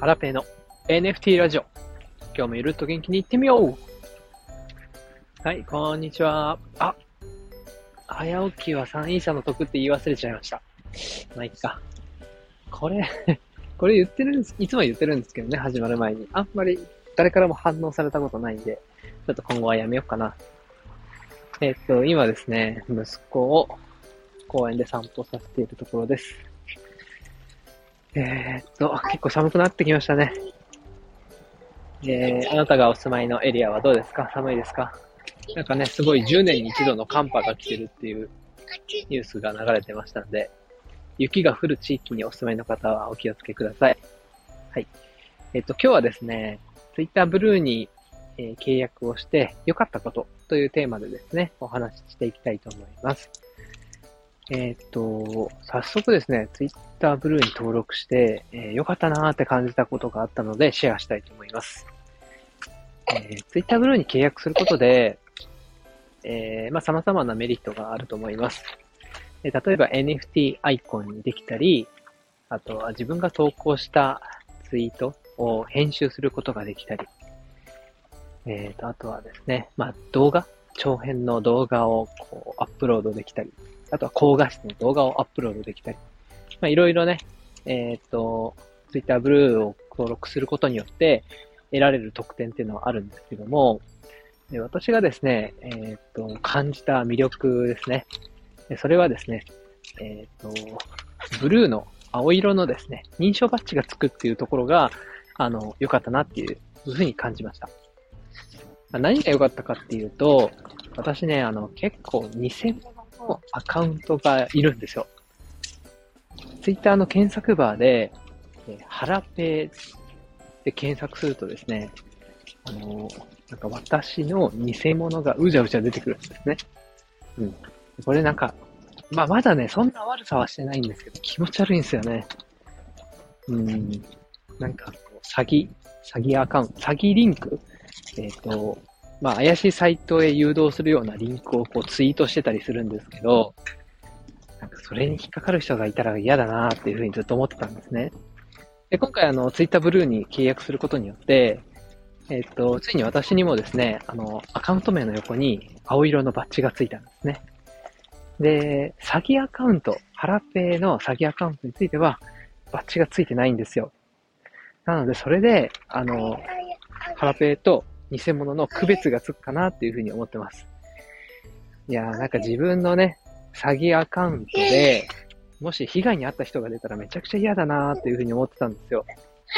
ハラペーの NFT ラジオ。今日もゆるっと元気に行ってみよう。はい、こんにちは。早起きは3イーサの得って言い忘れちゃいました。まあ、いっか。これ言ってるんです。いつも言ってるんですけどね、始まる前に。あんまり誰からも反応されたことないんで、ちょっと今後はやめようかな。今ですね、息子を公園で散歩させているところです。結構寒くなってきましたね。あなたがお住まいのエリアはどうですか？寒いですか？なんかね、すごい10年に一度の寒波が来てるっていうニュースが流れてましたので、雪が降る地域にお住まいの方はお気をつけください。はい。今日はですね、Twitter ブルーに、契約をして良かったことというテーマでですね、お話ししていきたいと思います。早速ですね、Twitter ブルーに登録して、良かったなーって感じたことがあったのでシェアしたいと思います。Twitter ブルーに契約することで、様々なメリットがあると思います。例えば NFT アイコンにできたり、あとは自分が投稿したツイートを編集することができたり、あとはですね、長編の動画をこうアップロードできたり、あとは高画質の動画をアップロードできたり、いろいろね、Twitter ブルーを登録することによって得られる特典っていうのはあるんですけども、私がですね、感じた魅力ですね。それはですね、ブルーの青色のですね、認証バッジがつくっていうところが、良かったなっていうふうに感じました。何が良かったかっていうと、私ね、結構偽物のアカウントがいるんですよ。ツイッターの検索バーで、ハラペーで検索するとですね、なんか私の偽物がうじゃうじゃ出てくるんですね。うん。これなんか、まだね、そんな悪さはしてないんですけど、気持ち悪いんですよね。なんか、詐欺アカウント、詐欺リンク怪しいサイトへ誘導するようなリンクをこうツイートしてたりするんですけど、なんかそれに引っかかる人がいたら嫌だなーっていうふうにずっと思ってたんですね。で、今回ツイッターブルーに契約することによって、ついに私にもですね、アカウント名の横に青色のバッジがついたんですね。で、詐欺アカウント、ハラペイの詐欺アカウントについては、バッジがついてないんですよ。なので、それで、ハラペイと偽物の区別がつくかなっていうふうに思ってます。いやー、なんか自分のね、詐欺アカウントで、もし被害に遭った人が出たらめちゃくちゃ嫌だなーっていうふうに思ってたんですよ。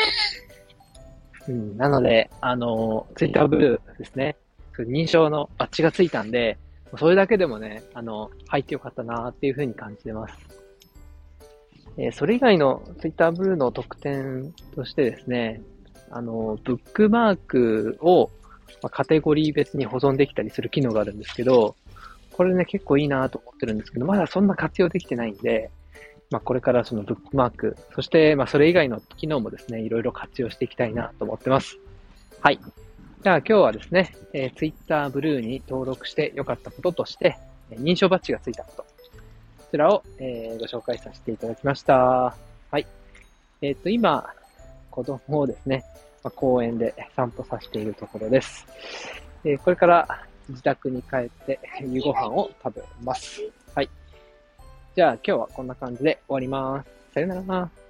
なので、ツイッターブルーですね。認証のバッジがついたんで、それだけでもね、入ってよかったなーっていうふうに感じてます。それ以外のツイッターブルーの特典としてですね、ブックマークをカテゴリー別に保存できたりする機能があるんですけど、これね、結構いいなと思ってるんですけど、まだそんな活用できてないんで、これからそのブックマーク、そしてそれ以外の機能もですね、いろいろ活用していきたいなと思ってます。はい。じゃあ今日はですね、Twitter ブルーに登録して良かったこととして、認証バッジがついたこと。こちらを、ご紹介させていただきました。はい。今、子供をですね、公園で散歩させているところです。これから自宅に帰って夕ご飯を食べます。はい。じゃあ今日はこんな感じで終わります。さよなら。